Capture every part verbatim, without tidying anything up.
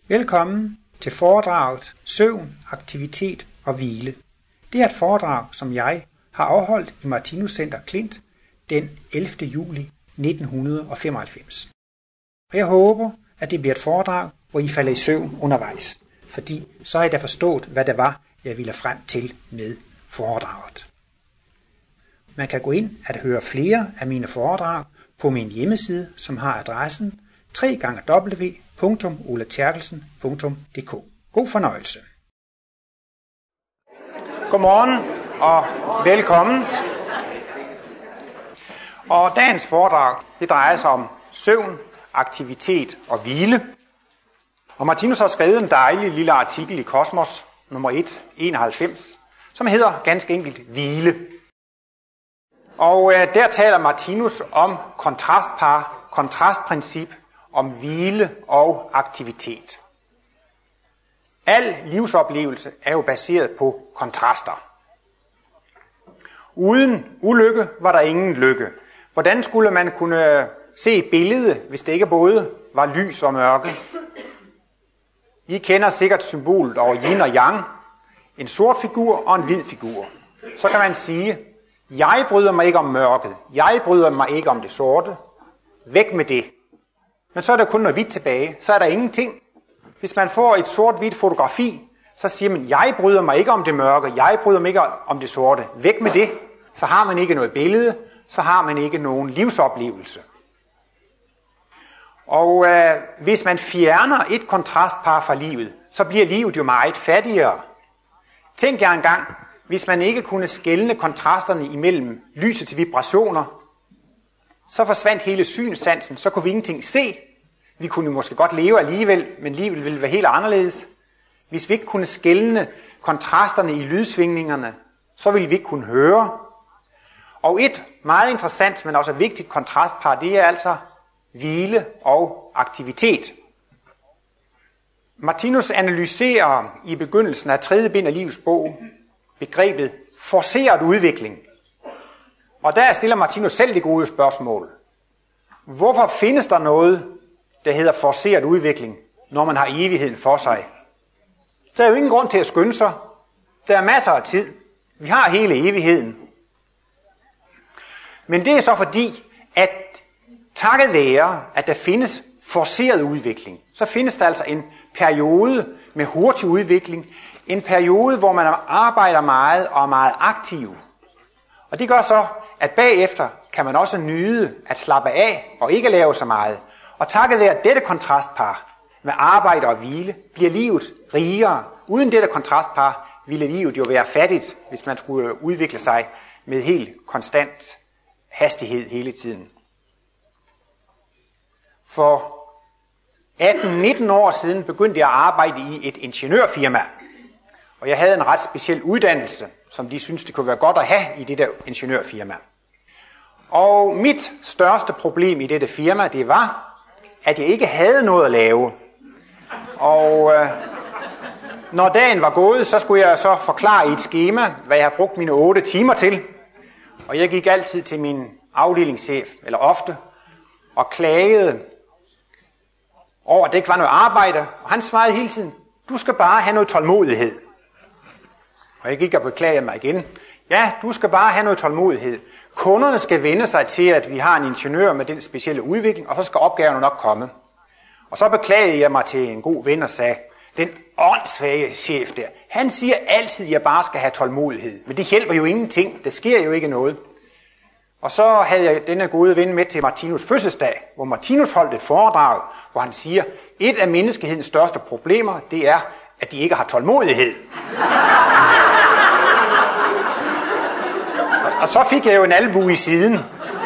Velkommen til foredraget Søvn, aktivitet og hvile. Det er et foredrag, som jeg har afholdt i Martinus Center Klint den ellevte juli nitten femoghalvfems. Og jeg håber, at det bliver et foredrag, hvor I falder i søvn undervejs, fordi så har I da forstået, hvad det var, jeg ville frem til med foredraget. Man kan gå ind og høre flere af mine foredrag på min hjemmeside, som har adressen w w w punktum ole terkelsen punktum d k. God fornøjelse. Godmorgen og velkommen. Og dagens foredrag, det drejer sig om søvn, aktivitet og hvile. Og Martinus har skrevet en dejlig lille artikel i Kosmos nummer et enoghalvfems, som hedder ganske enkelt hvile. Og øh, der taler Martinus om kontrastpar, kontrastprincip, om hvile og aktivitet. Al livsoplevelse er jo baseret på kontraster. Uden ulykke var der ingen lykke. Hvordan skulle man kunne se et billede, hvis det ikke både var lys og mørke? I kender sikkert symbolet over yin og yang, en sort figur og en hvid figur. Så kan man sige, jeg bryder mig ikke om mørket, jeg bryder mig ikke om det sorte, væk med det. Men så er der kun noget hvidt tilbage, så er der ingenting. Hvis man får et sort-hvidt fotografi, så siger man, jeg bryder mig ikke om det mørke, jeg bryder mig ikke om det sorte, væk med det. Så har man ikke noget billede, så har man ikke nogen livsoplevelse. Og øh, hvis man fjerner et kontrastpar fra livet, så bliver livet jo meget fattigere. Tænk jer engang, hvis man ikke kunne skelne kontrasterne imellem lyset til vibrationer, så forsvandt hele synssansen, så kunne vi ingenting se. Vi kunne måske godt leve alligevel, men livet ville være helt anderledes. Hvis vi ikke kunne skelne kontrasterne i lydsvingningerne, så ville vi ikke kunne høre. Og et meget interessant, men også vigtigt kontrastpar, det er altså hvile og aktivitet. Martinus analyserer i begyndelsen af tredje bind af livets bog begrebet forceret udvikling. Og der stiller Martinus selv det gode spørgsmål. Hvorfor findes der noget, der hedder forceret udvikling, når man har evigheden for sig? Der er jo ingen grund til at skynde sig. Der er masser af tid. Vi har hele evigheden. Men det er så fordi, at takket være, at der findes forceret udvikling, så findes der altså en periode med hurtig udvikling, en periode, hvor man arbejder meget og er meget aktiv. Og det gør så, at bagefter kan man også nyde at slappe af og ikke lave så meget. Og takket være dette kontrastpar med arbejde og hvile, bliver livet rigere. Uden dette kontrastpar ville livet jo være fattigt, hvis man skulle udvikle sig med helt konstant hastighed hele tiden. For atten nitten år siden begyndte jeg at arbejde i et ingeniørfirma. Og jeg havde en ret speciel uddannelse, som de syntes, det kunne være godt at have i det der ingeniørfirma. Og mit største problem i dette firma, det var, at jeg ikke havde noget at lave. Og øh, når dagen var gået, så skulle jeg så forklare i et skema, hvad jeg har brugt mine otte timer til. Og jeg gik altid til min afdelingschef, eller ofte, og klagede over, at det ikke var noget arbejde. Og han svarede hele tiden, du skal bare have noget tålmodighed. Og jeg gik og beklagede mig igen. Ja, du skal bare have noget tålmodighed. Kunderne skal vende sig til, at vi har en ingeniør med den specielle udvikling, og så skal opgaverne nok komme. Og så beklagede jeg mig til en god ven og sagde, den åndssvage chef der, han siger altid, at jeg bare skal have tålmodighed. Men det hjælper jo ingenting. Der sker jo ikke noget. Og så havde jeg denne gode ven med til Martinus fødselsdag, hvor Martinus holdt et foredrag, hvor han siger, et af menneskehedens største problemer, det er, at de ikke har tålmodighed. Og så fik jeg jo en albue i siden.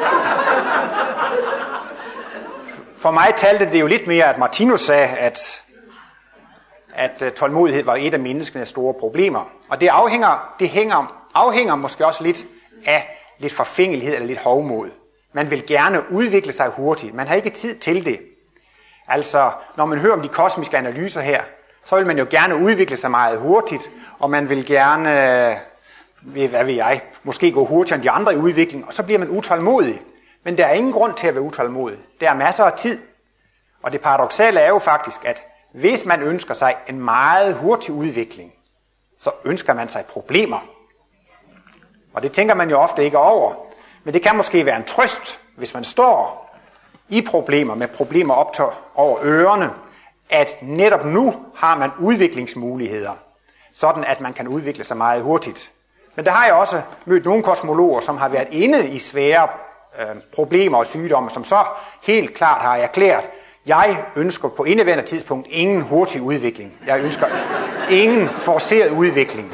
For mig talte det jo lidt mere, at Martinus sagde, at, at tålmodighed var et af menneskenes store problemer. Og det afhænger, det hænger, afhænger måske også lidt af lidt forfængelighed eller lidt hovmod. Man vil gerne udvikle sig hurtigt. Man har ikke tid til det. Altså, når man hører om de kosmiske analyser her, så vil man jo gerne udvikle sig meget hurtigt, og man vil gerne, hvad ved jeg, måske gå hurtigere end de andre i udvikling, og så bliver man utålmodig. Men der er ingen grund til at være utålmodig. Der er masser af tid. Og det paradoksale er jo faktisk, at hvis man ønsker sig en meget hurtig udvikling, så ønsker man sig problemer. Og det tænker man jo ofte ikke over. Men det kan måske være en trøst, hvis man står i problemer, med problemer op til over ørerne, at netop nu har man udviklingsmuligheder, sådan at man kan udvikle sig meget hurtigt. Men der har jeg også mødt nogle kosmologer, som har været inde i svære øh, problemer og sygdomme, som så helt klart har erklært, jeg ønsker på indeværende tidspunkt ingen hurtig udvikling. Jeg ønsker ingen forceret udvikling.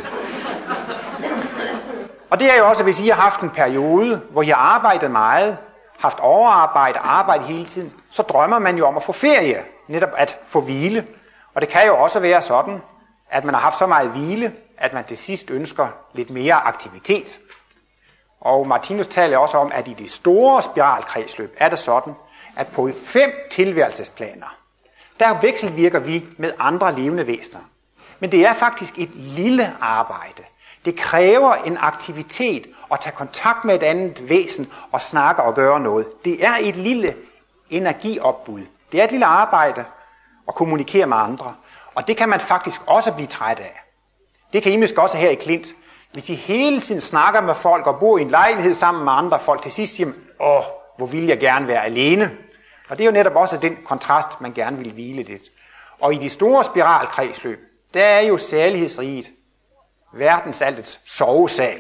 Og det er jo også, hvis I har haft en periode, hvor I har arbejdet meget, haft overarbejde, arbejde hele tiden, så drømmer man jo om at få ferie, netop at få hvile. Og det kan jo også være sådan, at man har haft så meget hvile, at man til sidst ønsker lidt mere aktivitet. Og Martinus taler også om, at i det store spiralkredsløb er det sådan, at på fem tilværelsesplaner, der vekselvirker vi med andre levende væsener. Men det er faktisk et lille arbejde. Det kræver en aktivitet at tage kontakt med et andet væsen og snakke og gøre noget. Det er et lille energiopbud. Det er et lille arbejde at kommunikere med andre. Og det kan man faktisk også blive træt af. Det kan I måske også her i Klint. Hvis I hele tiden snakker med folk og bor i en lejlighed sammen med andre folk, til sidst siger man, åh, hvor vil jeg gerne være alene. Og det er jo netop også den kontrast, man gerne vil hvile lidt. Og i de store spiralkredsløb, der er jo særlighedsriget verdensaltets sovesal.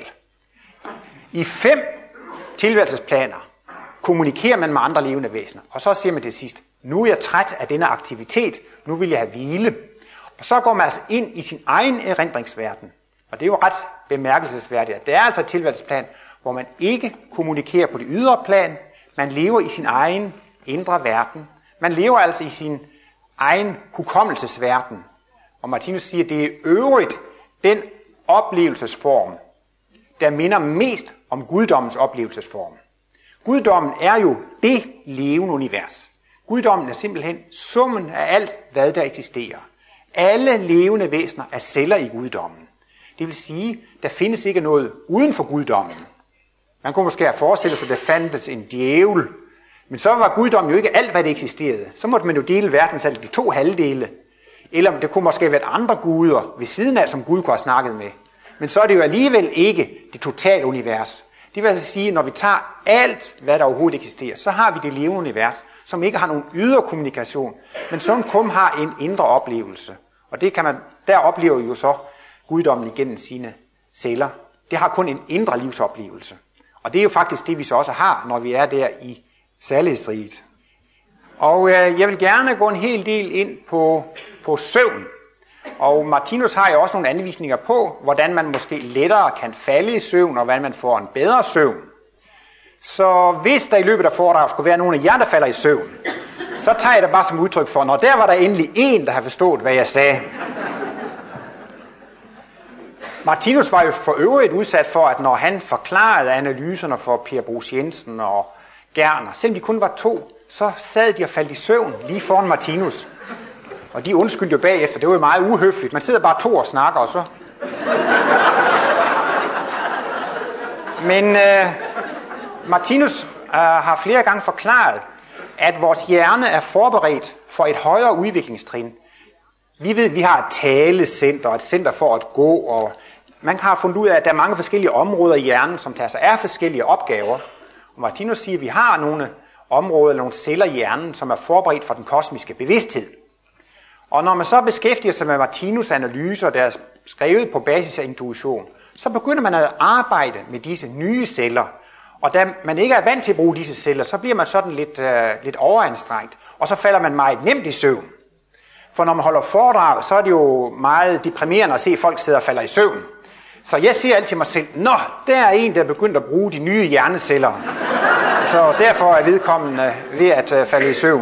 I fem tilværelsesplaner kommunikerer man med andre levende væsener. Og så siger man til sidst, nu er jeg træt af denne aktivitet, nu vil jeg have hvile. Og så går man altså ind i sin egen erindringsverden. Og det er jo ret bemærkelsesværdigt, at det er altså et tilværelsesplan, hvor man ikke kommunikerer på det ydre plan, man lever i sin egen indre verden. Man lever altså i sin egen hukommelsesverden. Og Martinus siger, at det er øvrigt den oplevelsesform, der minder mest om guddommens oplevelsesform. Guddommen er jo det levende univers. Guddommen er simpelthen summen af alt, hvad der eksisterer. Alle levende væsener er celler i guddommen. Det vil sige, der findes ikke noget uden for guddommen. Man kunne måske have forestillet sig, at der fandtes en djævel, men så var guddommen jo ikke alt, hvad det eksisterede. Så måtte man jo dele verdensaltet i to halvdele. Eller det kunne måske være andre guder ved siden af, som Gud kunne have snakket med. Men så er det jo alligevel ikke det totale univers. Det vil altså sige, at når vi tager alt, hvad der overhovedet eksisterer, så har vi det levende univers, som ikke har nogen ydre kommunikation, men som kun har en indre oplevelse. Og det kan man, der oplever jo så guddommen igennem sine celler. Det har kun en indre livsoplevelse. Og det er jo faktisk det, vi så også har, når vi er der i særlighedsriget. Og øh, jeg vil gerne gå en hel del ind på, på søvn. Og Martinus har jo også nogle anvisninger på, hvordan man måske lettere kan falde i søvn, og hvordan man får en bedre søvn. Så hvis der i løbet af foredraget skulle være nogen af jer, der falder i søvn, så tager jeg det bare som udtryk for, når der var der endelig en, der har forstået, hvad jeg sagde. Martinus var jo for øvrigt udsat for, at når han forklarede analyserne for Per Bruus Jensen og Gerner, selvom de kun var to, så sad de og faldt i søvn lige foran Martinus. Og de undskyldte jo bagefter, det var jo meget uhøfligt. Man sidder bare to og snakker, og så... Men øh, Martinus øh, har flere gange forklaret, at vores hjerne er forberedt for et højere udviklingstrin. Vi ved, at vi har et talecenter, et center for at gå, og man har fundet ud af, at der er mange forskellige områder i hjernen, som tager sig af forskellige opgaver. Og Martinus siger, at vi har nogle områder, nogle celler i hjernen, som er forberedt for den kosmiske bevidsthed. Og når man så beskæftiger sig med Martinus' analyser, der er skrevet på basis af intuition, så begynder man at arbejde med disse nye celler. Og da man ikke er vant til at bruge disse celler, så bliver man sådan lidt, øh, lidt overanstrengt, og så falder man meget nemt i søvn. For når man holder foredrag, så er det jo meget deprimerende at se, at folk sidder og falder i søvn. Så jeg siger altid mig selv, nå, der er en, der er begyndt at bruge de nye hjerneceller. Så derfor er vedkommende ved at øh, falde i søvn.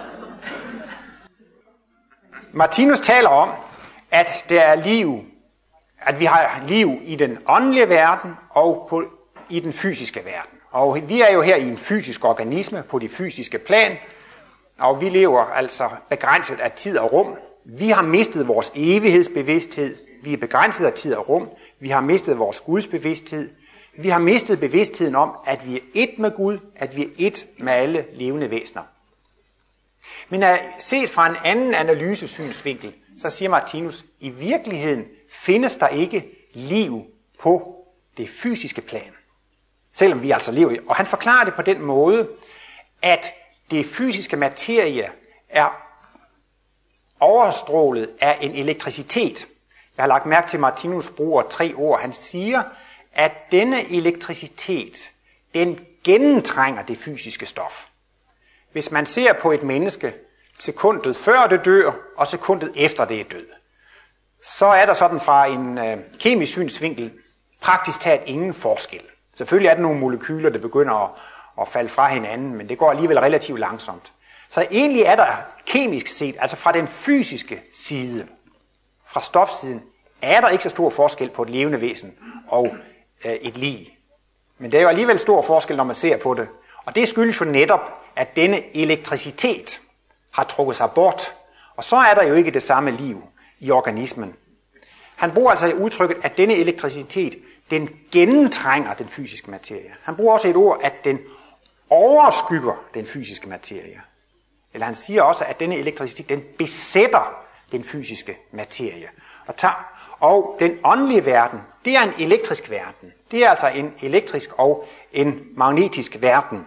Martinus taler om, at der er liv, at vi har liv i den åndelige verden og på, i den fysiske verden. Og vi er jo her i en fysisk organisme på det fysiske plan, og vi lever altså begrænset af tid og rum. Vi har mistet vores evighedsbevidsthed, vi er begrænset af tid og rum, vi har mistet vores gudsbevidsthed, vi har mistet bevidstheden om, at vi er ét med Gud, at vi er ét med alle levende væsener. Men er set fra en anden analysesynsvinkel, så siger Martinus, i virkeligheden findes der ikke liv på det fysiske plan. Selvom vi altså lever i. Og han forklarer det på den måde, at det fysiske materie er overstrålet af en elektricitet. Jeg har lagt mærke til, at Martinus bruger tre ord. Han siger, at denne elektricitet, den gennemtrænger det fysiske stof. Hvis man ser på et menneske sekundet før det dør, og sekundet efter det er død, så er der sådan fra en øh, kemisk synsvinkel praktisk talt ingen forskel. Selvfølgelig er der nogle molekyler, der begynder at, at falde fra hinanden, men det går alligevel relativt langsomt. Så egentlig er der kemisk set, altså fra den fysiske side, fra stofsiden, er der ikke så stor forskel på et levende væsen og øh, et lig. Men der er jo alligevel stor forskel, når man ser på det. Og det skyldes jo netop, at denne elektricitet har trukket sig bort, og så er der jo ikke det samme liv i organismen. Han bruger altså udtrykket, at denne elektricitet, den gennemtrænger den fysiske materie. Han bruger også et ord, at den overskygger den fysiske materie. Eller han siger også, at denne elektricitet, den besætter den fysiske materie. Og, tager, og den åndelige verden, det er en elektrisk verden. Det er altså en elektrisk og en magnetisk verden.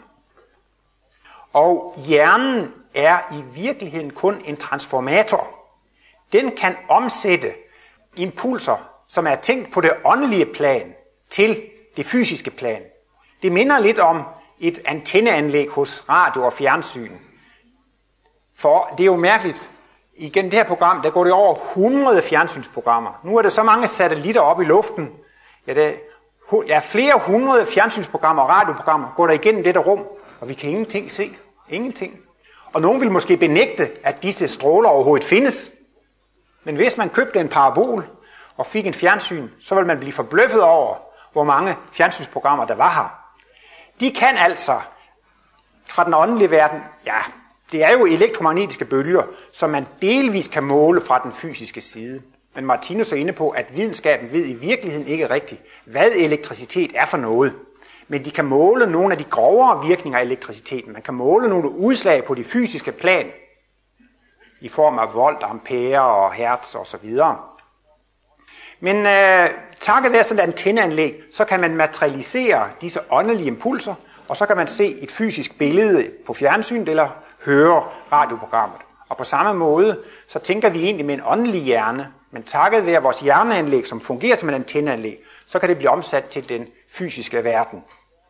Og hjernen er i virkeligheden kun en transformator. Den kan omsætte impulser, som er tænkt på det åndelige plan, til det fysiske plan. Det minder lidt om et antenneanlæg hos radio og fjernsyn. For det er jo mærkeligt, igennem det her program, der går det over hundrede fjernsynsprogrammer. Nu er der så mange satellitter oppe i luften. Ja, der er flere hundrede fjernsynsprogrammer og radioprogrammer, går der igennem dette rum, og vi kan ingenting se. Ingenting. Og nogen vil måske benægte, at disse stråler overhovedet findes. Men hvis man købte en parabol og fik en fjernsyn, så vil man blive forbløffet over, hvor mange fjernsynsprogrammer der var her. De kan altså fra den åndelige verden, ja, det er jo elektromagnetiske bølger, som man delvis kan måle fra den fysiske side. Men Martinus er inde på, at videnskaben ved i virkeligheden ikke rigtigt, hvad elektricitet er for noget. Men de kan måle nogle af de grovere virkninger af elektriciteten. Man kan måle nogle udslag på de fysiske plan, i form af volt, ampere og hertz osv. Men øh, takket være sådan et antenneanlæg, så kan man materialisere disse åndelige impulser, og så kan man se et fysisk billede på fjernsynet eller høre radioprogrammet. Og på samme måde, så tænker vi egentlig med en åndelig hjerne, men takket være vores hjerneanlæg, som fungerer som et antenneanlæg, så kan det blive omsat til den fysiske verden.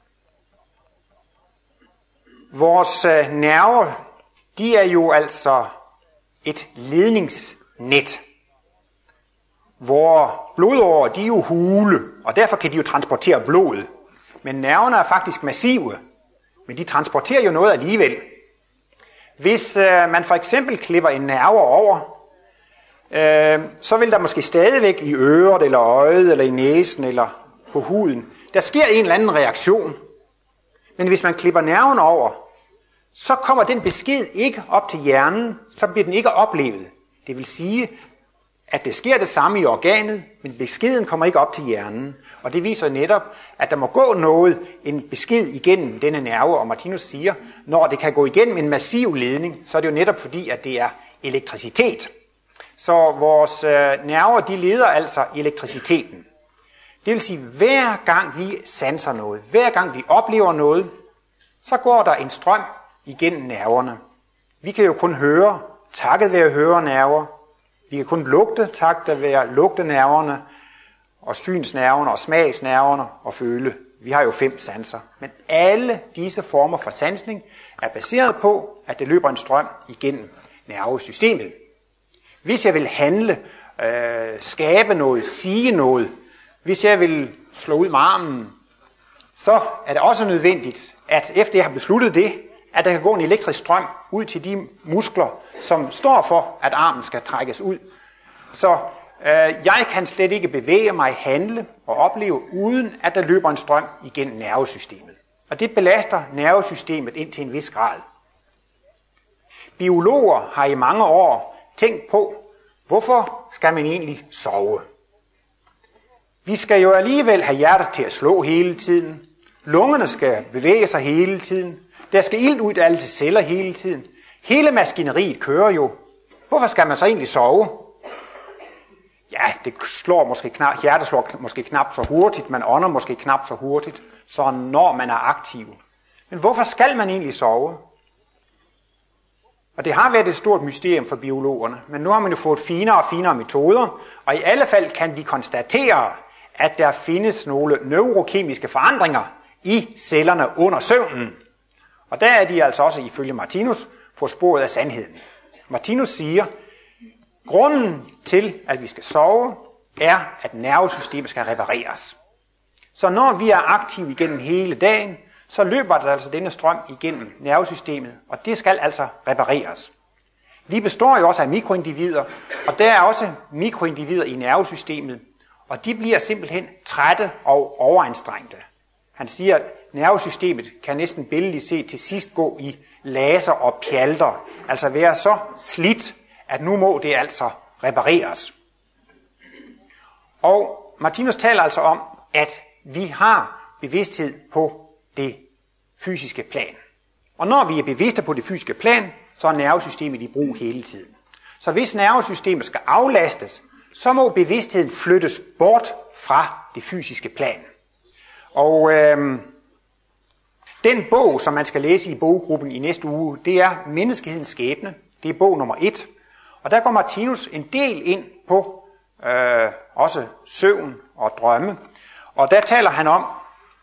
Vores øh, nerver, de er jo altså et ledningsnet, hvor blodårer, de er jo hule, og derfor kan de jo transportere blodet. Men nerverne er faktisk massive, men de transporterer jo noget alligevel. Hvis øh, man for eksempel klipper en nerve over, øh, så vil der måske stadigvæk i øret, eller øjet, eller i næsen, eller på huden, der sker en eller anden reaktion. Men hvis man klipper nerven over, så kommer den besked ikke op til hjernen, så bliver den ikke oplevet. Det vil sige, at det sker det samme i organet, men beskeden kommer ikke op til hjernen. Og det viser netop, at der må gå noget, en besked igennem denne nerve, og Martinus siger, når det kan gå igennem en massiv ledning, så er det jo netop fordi, at det er elektricitet. Så vores øh, nerver, de leder altså elektriciteten. Det vil sige, hver gang vi sanser noget, hver gang vi oplever noget, så går der en strøm igennem nerverne. Vi kan jo kun høre, takket være hørenerver. Vi kan kun lugte, takket være lugtenerverne, og synsnerverne, og smagsnerverne, og føle. Vi har jo fem sanser. Men alle disse former for sansning er baseret på, at det løber en strøm igennem nervesystemet. Hvis jeg vil handle, øh, skabe noget, sige noget, hvis jeg vil slå ud med armen, så er det også nødvendigt, at efter jeg har besluttet det, at der kan gå en elektrisk strøm ud til de muskler, som står for, at armen skal trækkes ud. Så øh, jeg kan slet ikke bevæge mig, handle og opleve, uden at der løber en strøm igennem nervesystemet. Og det belaster nervesystemet ind til en vis grad. Biologer har i mange år tænkt på, hvorfor skal man egentlig sove? Vi skal jo alligevel have hjertet til at slå hele tiden. Lungerne skal bevæge sig hele tiden. Der skal ilt ud af alle celler hele tiden. Hele maskineriet kører jo. Hvorfor skal man så egentlig sove? Ja, det slår måske knap, hjertet slår måske knap så hurtigt, man ånder måske knap så hurtigt, så når man er aktiv. Men hvorfor skal man egentlig sove? Og det har været et stort mysterium for biologerne, men nu har man jo fået finere og finere metoder, og i alle fald kan de konstatere, at der findes nogle neurokemiske forandringer i cellerne under søvnen. Og der er de altså også ifølge Martinus på sporet af sandheden. Martinus siger, grunden til, at vi skal sove, er, at nervesystemet skal repareres. Så når vi er aktive igennem hele dagen, så løber der altså denne strøm igennem nervesystemet, og det skal altså repareres. Vi består jo også af mikroindivider, og der er også mikroindivider i nervesystemet, og de bliver simpelthen trætte og overanstrengte. Han siger, at nervesystemet kan næsten billedligt set til sidst gå i laser og pjalter, altså være så slidt, at nu må det altså repareres. Og Martinus taler altså om, at vi har bevidsthed på det fysiske plan. Og når vi er bevidste på det fysiske plan, så er nervesystemet i brug hele tiden. Så hvis nervesystemet skal aflastes, så må bevidstheden flyttes bort fra det fysiske plan. Og øh, den bog, som man skal læse i boggruppen i næste uge, det er Menneskehedens skæbne. Det er bog nummer et. Og der går Martinus en del ind på øh, også søvn og drømme. Og der taler han om,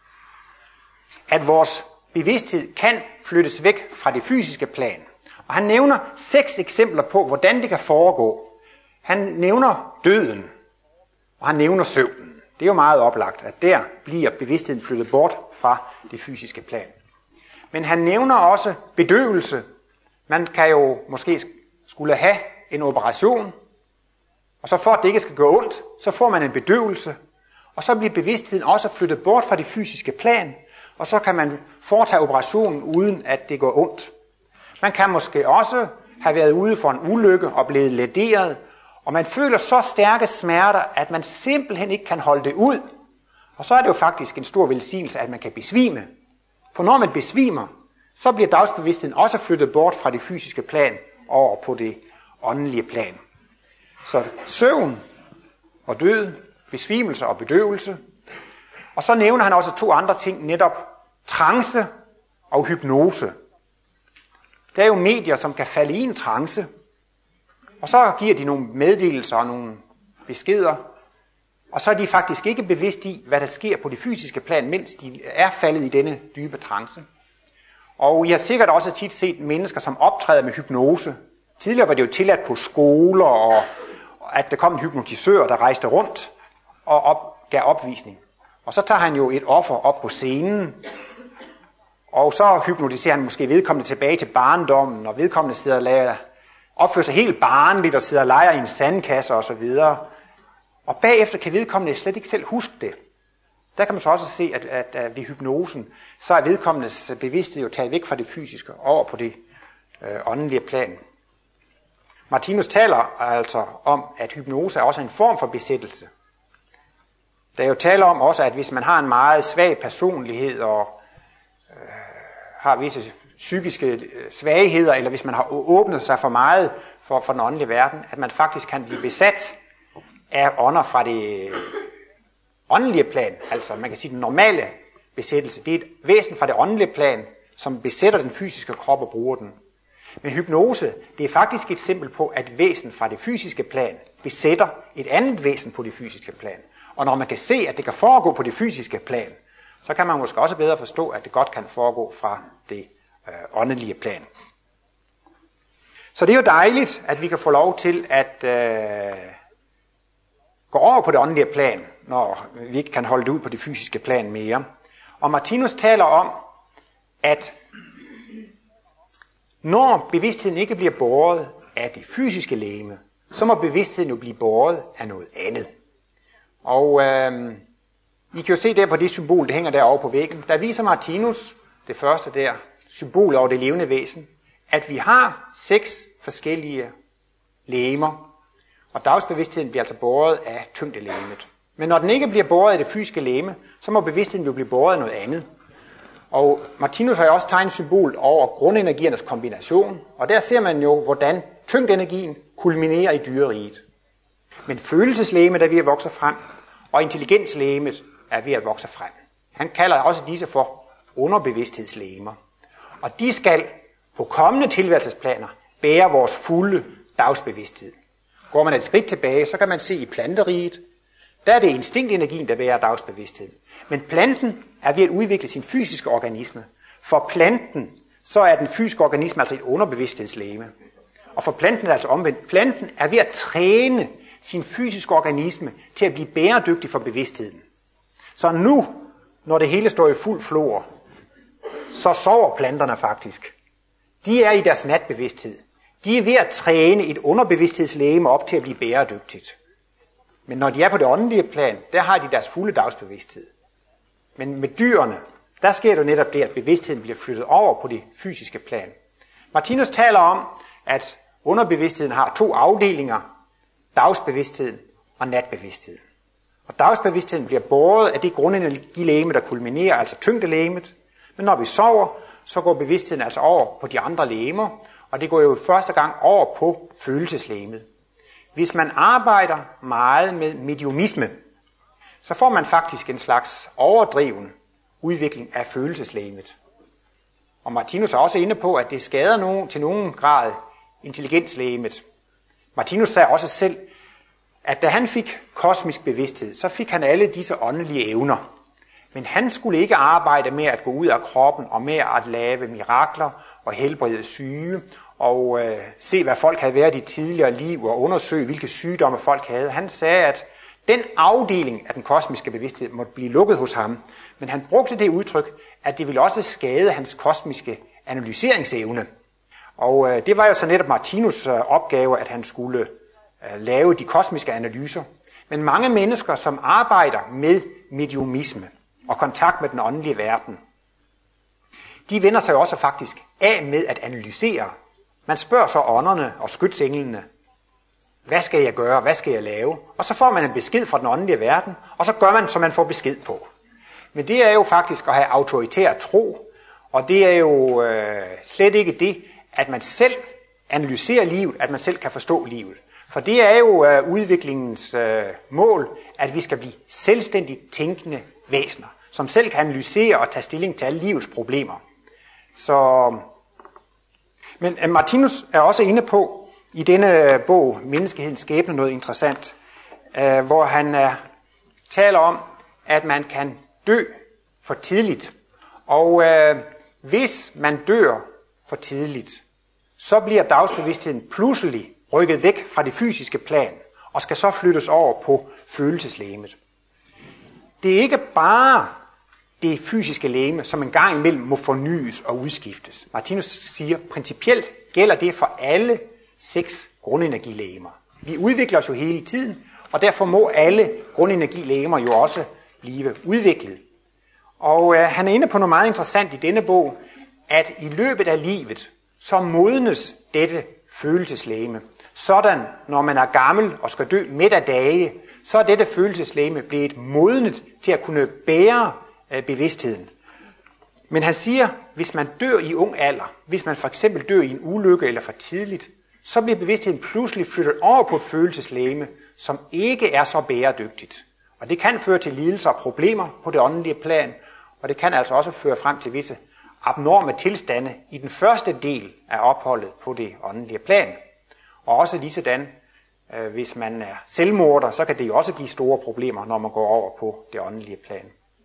at vores bevidsthed kan flyttes væk fra det fysiske plan. Og han nævner seks eksempler på, hvordan det kan foregå. Han nævner døden, og han nævner søvnen. Det er jo meget oplagt, at der bliver bevidstheden flyttet bort fra det fysiske plan. Men han nævner også bedøvelse. Man kan jo måske skulle have en operation, og så for at det ikke skal gå ondt, så får man en bedøvelse, og så bliver bevidstheden også flyttet bort fra det fysiske plan, og så kan man foretage operationen uden at det går ondt. Man kan måske også have været ude for en ulykke og blevet lederet, og man føler så stærke smerter, at man simpelthen ikke kan holde det ud. Og så er det jo faktisk en stor velsignelse, at man kan besvime. For når man besvimer, så bliver dagsbevidstheden også flyttet bort fra det fysiske plan over på det åndelige plan. Så søvn og død, besvimelse og bedøvelse. Og så nævner han også to andre ting, netop trance og hypnose. Der er jo medier, som kan falde i en trance, og så giver de nogle meddelelser og nogle beskeder, og så er de faktisk ikke bevidst i, hvad der sker på det fysiske plan, mens de er faldet i denne dybe trance. Og I har sikkert også tit set mennesker, som optræder med hypnose. Tidligere var det jo tilladt på skoler, og at der kom en hypnotisør, der rejste rundt og op, gav opvisning. Og så tager han jo et offer op på scenen, og så hypnotiserer han måske vedkommende tilbage til barndommen, og vedkommende sidder og lader, opfører sig helt barnligt og sidder og leger i en sandkasse osv. Og bagefter kan vedkommende slet ikke selv huske det. Der kan man så også se, at, at, at ved hypnosen, så er vedkommendes bevidsthed jo taget væk fra det fysiske over på det øh, åndelige plan. Martinus taler altså om, at hypnose er også en form for besættelse. Der er jo tale om også, at hvis man har en meget svag personlighed og øh, har visse psykiske svagheder, eller hvis man har åbnet sig for meget for, for den åndelige verden, at man faktisk kan blive besat af ånder fra det åndelige plan. Altså man kan sige, den normale besættelse, det er et væsen fra det åndelige plan, som besætter den fysiske krop og bruger den. Men hypnose, det er faktisk et eksempel på, at væsen fra det fysiske plan besætter et andet væsen på det fysiske plan. Og når man kan se, at det kan foregå på det fysiske plan, så kan man måske også bedre forstå, at det godt kan foregå fra det øh, åndelige plan. Så det er jo dejligt, at vi kan få lov til at øh, gå over på det åndelige plan, når vi ikke kan holde det ud på det fysiske plan mere. Og Martinus taler om, at når bevidstheden ikke bliver båret af det fysiske legeme, så må bevidstheden jo blive båret af noget andet. Og øh, I kan jo se der på det symbol, der hænger derovre på væggen. Der viser Martinus, det første der, symbol over det levende væsen, at vi har seks forskellige legemer. Og dagsbevidstheden bliver altså båret af tyngdelegemet. Men når den ikke bliver båret af det fysiske legeme, så må bevidstheden jo blive båret af noget andet. Og Martinus har jo også tegnet symbol over grundenergiernes kombination, og der ser man jo, hvordan tyngdenergien kulminerer i dyreriget. Men følelseslegemet er ved at vokse frem, og intelligenslegemet er ved at vokse frem. Han kalder også disse for underbevidsthedslegemer. Og de skal på kommende tilværelsesplaner bære vores fulde dagsbevidsthed. Går man et skridt tilbage, så kan man se i planteriget, der er det instinktenergien, der bærer dagsbevidsthed. Men planten er ved at udvikle sin fysiske organisme. For planten, så er den fysiske organisme altså et underbevidsthedslegeme. Og for planten er det altså omvendt. Planten er ved at træne sin fysiske organisme til at blive bæredygtig for bevidstheden. Så nu, når det hele står i fuld flor, så sover planterne faktisk. De er i deres natbevidsthed. De er ved at træne et underbevidsthedslegeme op til at blive bæredygtigt. Men når de er på det åndelige plan, der har de deres fulde dagsbevidsthed. Men med dyrene, der sker det netop det, at bevidstheden bliver flyttet over på det fysiske plan. Martinus taler om, at underbevidstheden har to afdelinger, dagsbevidstheden og natbevidstheden. Og dagsbevidstheden bliver båret af det grundenergilegeme, der kulminerer, altså tyngdelegemet. Men når vi sover, så går bevidstheden altså over på de andre legemer, og det går jo første gang over på følelseslegemet. Hvis man arbejder meget med mediumisme, så får man faktisk en slags overdriven udvikling af følelseslegemet. Og Martinus er også inde på, at det skader nogen, til nogen grad intelligenslegemet. Martinus sagde også selv, at da han fik kosmisk bevidsthed, så fik han alle disse åndelige evner. Men han skulle ikke arbejde med at gå ud af kroppen og med at lave mirakler og helbrede syge og øh, se, hvad folk havde været i tidligere liv og undersøge, hvilke sygdomme folk havde. Han sagde, at den afdeling af den kosmiske bevidsthed måtte blive lukket hos ham. Men han brugte det udtryk, at det ville også skade hans kosmiske analyseringsevne. Og øh, det var jo så netop Martinus' øh, opgave, at han skulle øh, lave de kosmiske analyser. Men mange mennesker, som arbejder med mediumisme og kontakt med den åndelige verden, de vender sig også faktisk af med at analysere. Man spørger så ånderne og skytsenglene, hvad skal jeg gøre, hvad skal jeg lave? Og så får man en besked fra den åndelige verden, og så gør man, som man får besked på. Men det er jo faktisk at have autoritær tro, og det er jo øh, slet ikke det, at man selv analyserer livet, at man selv kan forstå livet. For det er jo øh, udviklingens øh, mål, at vi skal blive selvstændigt tænkende væsener, som selv kan analysere og tage stilling til alle livets problemer. Så, men øh, Martinus er også inde på i denne bog, Menneskehedens skæbne, noget interessant, øh, hvor han øh, taler om, at man kan dø for tidligt. Og øh, hvis man dør for tidligt, så bliver dagsbevidstheden pludselig rykket væk fra det fysiske plan, og skal så flyttes over på følelseslegemet. Det er ikke bare det fysiske legeme, som en gang imellem må fornyes og udskiftes. Martinus siger, principielt gælder det for alle seks grundenergilegemer. Vi udvikler os jo hele tiden, og derfor må alle grundenergilegemer jo også blive udviklet. Og øh, han er inde på noget meget interessant i denne bog, at i løbet af livet, så modnes dette følelseslegeme. Sådan, når man er gammel og skal dø midt af dage, så er dette følelseslegeme blevet modnet til at kunne bære øh, bevidstheden. Men han siger, hvis man dør i ung alder, hvis man for eksempel dør i en ulykke eller for tidligt, så bliver bevidstheden pludselig flyttet over på et følelseslegeme, som ikke er så bæredygtigt. Og det kan føre til lidelser og problemer på det åndelige plan, og det kan altså også føre frem til visse abnorme tilstande i den første del af opholdet på det åndelige plan. Og også ligesådan, øh, hvis man er selvmorder, så kan det jo også give store problemer, når man går over på det åndelige plan.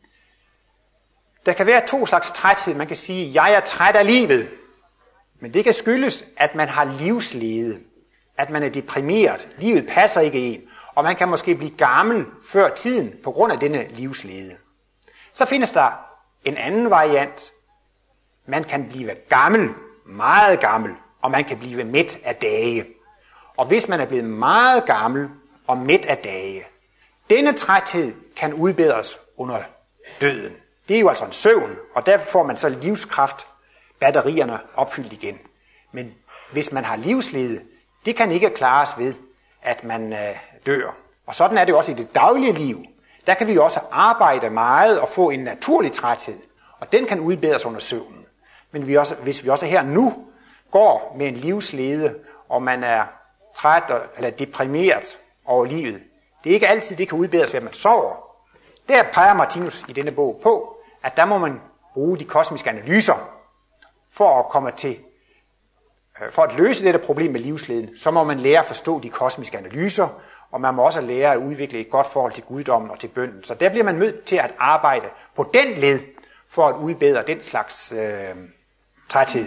Der kan være to slags træthed. Man kan sige, jeg er træt af livet. Men det kan skyldes, at man har livslede, at man er deprimeret, livet passer ikke en, og man kan måske blive gammel før tiden på grund af denne livslede. Så findes der en anden variant. Man kan blive gammel, meget gammel, og man kan blive mæt af dage. Og hvis man er blevet meget gammel og mæt af dage, denne træthed kan udbedres under døden. Det er jo altså en søvn, og derfor får man så livskraft, batterierne opfyldt igen. Men hvis man har livslede, det kan ikke klares ved, at man øh, dør. Og sådan er det også i det daglige liv. Der kan vi også arbejde meget og få en naturlig træthed. og den kan udbedres under søvnen. Men vi også, hvis vi også her nu går med en livslede, og man er træt eller deprimeret over livet, det er ikke altid, det kan udbedres ved, at man sover. Der peger Martinus i denne bog på, at der må man bruge de kosmiske analyser for at komme til, for at løse dette problem med livsleden. Så må man lære at forstå de kosmiske analyser, og man må også lære at udvikle et godt forhold til guddommen og til bønnen. Så der bliver man nødt til at arbejde på den led, for at udbedre den slags øh, træthed.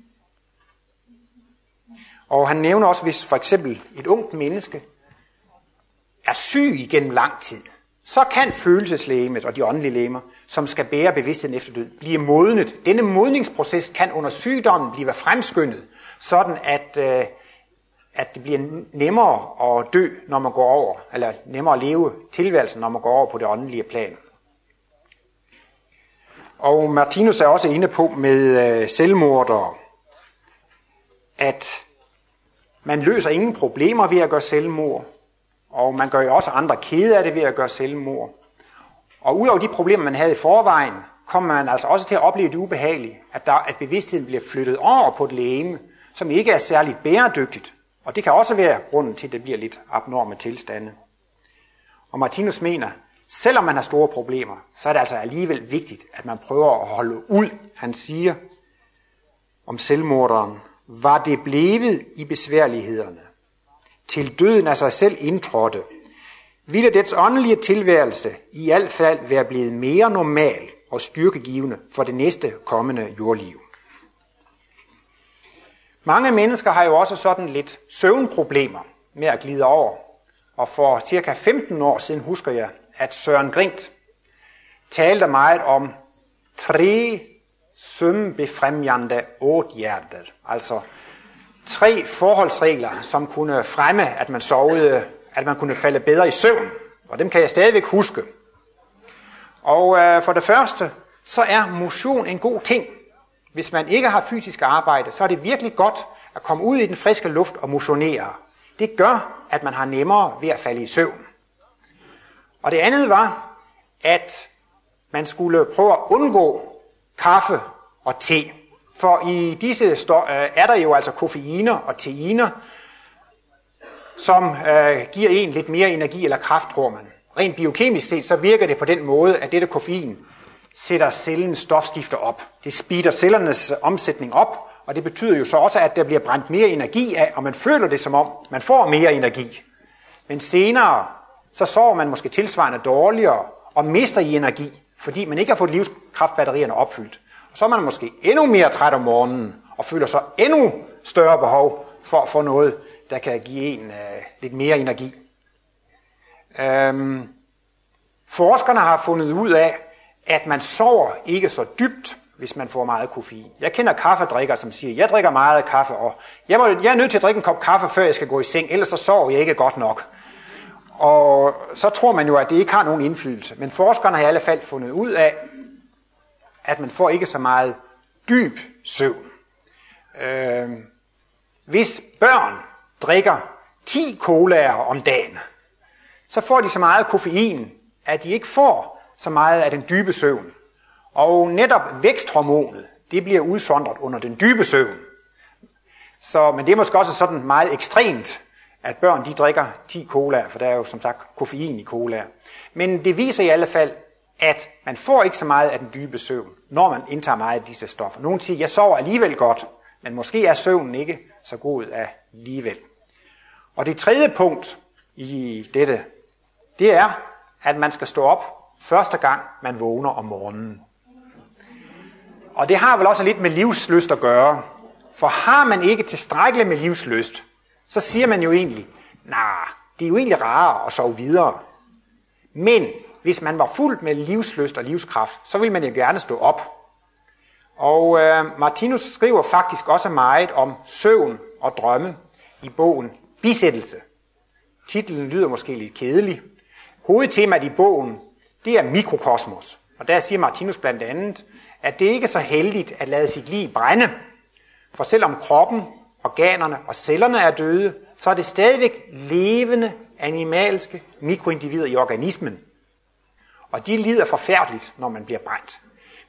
Og han nævner også, hvis for eksempel et ungt menneske er syg igennem lang tid, så kan følelseslegemet og de åndelige legemer, som skal bære bevidstheden efter død, blive modnet. Denne modningsproces kan under sygdommen blive fremskyndet, sådan at, øh, at det bliver nemmere at dø, når man går over, eller nemmere at leve tilværelsen, når man går over på det åndelige plan. Og Martinus er også inde på med øh, selvmordere, at man løser ingen problemer ved at gøre selvmord, og man gør jo også andre kede af det ved at gøre selvmord. Og udover de problemer, man havde i forvejen, kommer man altså også til at opleve det ubehagelige, at, der, at bevidstheden bliver flyttet over på et legeme, som ikke er særligt bæredygtigt. Og det kan også være grunden til, at det bliver lidt abnorme tilstande. Og Martinus mener, selvom man har store problemer, så er det altså alligevel vigtigt, at man prøver at holde ud. Han siger om selvmorderen, var det blevet i besværlighederne, til døden af sig selv indtrådte, ville dets åndelige tilværelse i alt fald være blevet mere normal og styrkegivende for det næste kommende jordliv. Mange mennesker har jo også sådan lidt søvnproblemer med at glide over, og for cirka femten år siden husker jeg, at Søren Grint talte meget om tre søvnbefremjande åtgärder, altså tre forholdsregler, som kunne fremme, at man sovede, at man kunne falde bedre i søvn. Og dem kan jeg stadigvæk huske. Og øh, for det første, så er motion en god ting. Hvis man ikke har fysisk arbejde, så er det virkelig godt at komme ud i den friske luft og motionere. Det gør, at man har nemmere ved at falde i søvn. Og det andet var, at man skulle prøve at undgå kaffe og te. For i disse er der jo altså koffeiner og teiner, som øh, giver en lidt mere energi eller kraft, tror man. Rent biokemisk set, så virker det på den måde, at dette koffein sætter cellens stofskifter op. Det speeder cellernes omsætning op, og det betyder jo så også, at der bliver brændt mere energi af, og man føler det som om, man får mere energi. Men senere, så sover man måske tilsvarende dårligere og mister i energi, fordi man ikke har fået livskraftbatterierne opfyldt. Og så er man måske endnu mere træt om morgenen, og føler så endnu større behov for at få noget, der kan give en øh, lidt mere energi. Øhm, forskerne har fundet ud af, at man sover ikke så dybt, hvis man får meget koffein. Jeg kender kaffedrikkere, som siger, jeg drikker meget kaffe, og jeg, må, jeg er nødt til at drikke en kop kaffe, før jeg skal gå i seng, ellers så sover jeg ikke godt nok. Og så tror man jo, at det ikke har nogen indflydelse. Men forskerne har i alle fald fundet ud af, at man får ikke så meget dyb søvn. Øh, hvis børn drikker ti colaer om dagen, så får de så meget koffein, at de ikke får så meget af den dybe søvn. Og netop væksthormonet, det bliver udsondret under den dybe søvn. Så, men det er måske også sådan meget ekstremt, at børn de drikker ti colaer, for der er jo som sagt koffein i colaer. Men det viser i alle fald, at man får ikke så meget af den dybe søvn, når man indtager meget af disse stoffer. Nogle siger, jeg sover alligevel godt, men måske er søvnen ikke så god alligevel. Og det tredje punkt i dette, det er, at man skal stå op første gang, man vågner om morgenen. Og det har vel også lidt med livslyst at gøre. For har man ikke tilstrækkeligt med livslyst, så siger man jo egentlig, nej, det er jo egentlig rarere at sove videre. Men hvis man var fuldt med livslyst og livskraft, så vil man jo gerne stå op. Og øh, Martinus skriver faktisk også meget om søvn og drømme i bogen Bisættelse. Titlen lyder måske lidt kedelig. Hovedtemaet i bogen, det er mikrokosmos. Og der siger Martinus blandt andet, at det ikke er så heldigt at lade sit liv brænde. For selvom kroppen, organerne og cellerne er døde, så er det stadigvæk levende, animalske mikroindivider i organismen. Og de lider forfærdeligt, når man bliver brændt.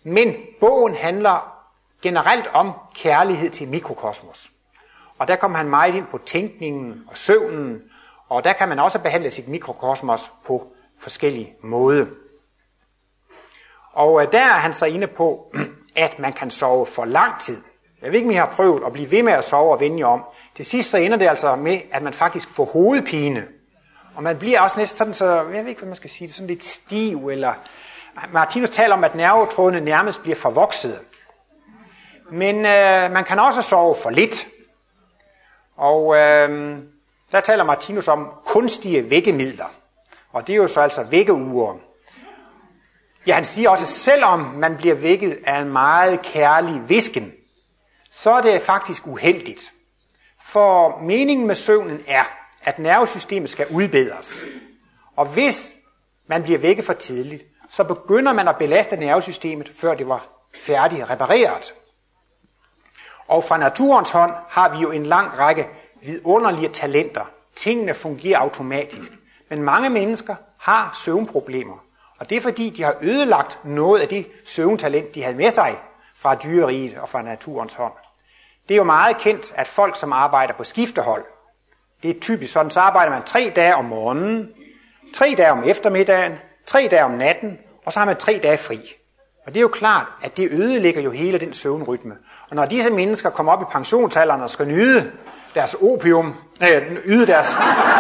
Men bogen handler generelt om kærlighed til mikrokosmos. Og der kommer han meget ind på tænkningen og søvnen, og der kan man også behandle sit mikrokosmos på forskellige måder. Og der er han så inde på, at man kan sove for lang tid. Jeg ved ikke, om I har prøvet at blive ved med at sove og vende jer om. Til sidst så ender det altså med, at man faktisk får hovedpine. Og man bliver også næsten sådan, så jeg ved ikke, hvad man skal sige, det sådan lidt stiv, eller Martinus taler om, at nervetrådene nærmest bliver forvoksede. Men øh, man kan også sove for lidt. Og øh, der taler Martinus om kunstige vækkemidler. Og det er jo så altså vækkeuger. Ja, han siger også, selvom man bliver vækket af en meget kærlig hvisken, så er det faktisk uheldigt. For meningen med søvnen er, at nervesystemet skal udbedres. Og hvis man bliver vækket for tidligt, så begynder man at belaste nervesystemet, før det var færdigt repareret. Og fra naturens hånd har vi jo en lang række vidunderlige talenter. Tingene fungerer automatisk. Men mange mennesker har søvnproblemer. Og det er fordi, de har ødelagt noget af det søvntalent, de havde med sig fra dyreriget og fra naturens hånd. Det er jo meget kendt, at folk, som arbejder på skiftehold, det er typisk sådan, så arbejder man tre dage om morgenen, tre dage om eftermiddagen, tre dage om natten, og så har man tre dage fri. Og det er jo klart, at det ødelægger jo hele den søvnrytme. Og når disse mennesker kommer op i pensionsalderen og skal nyde deres opium, øh, yde deres...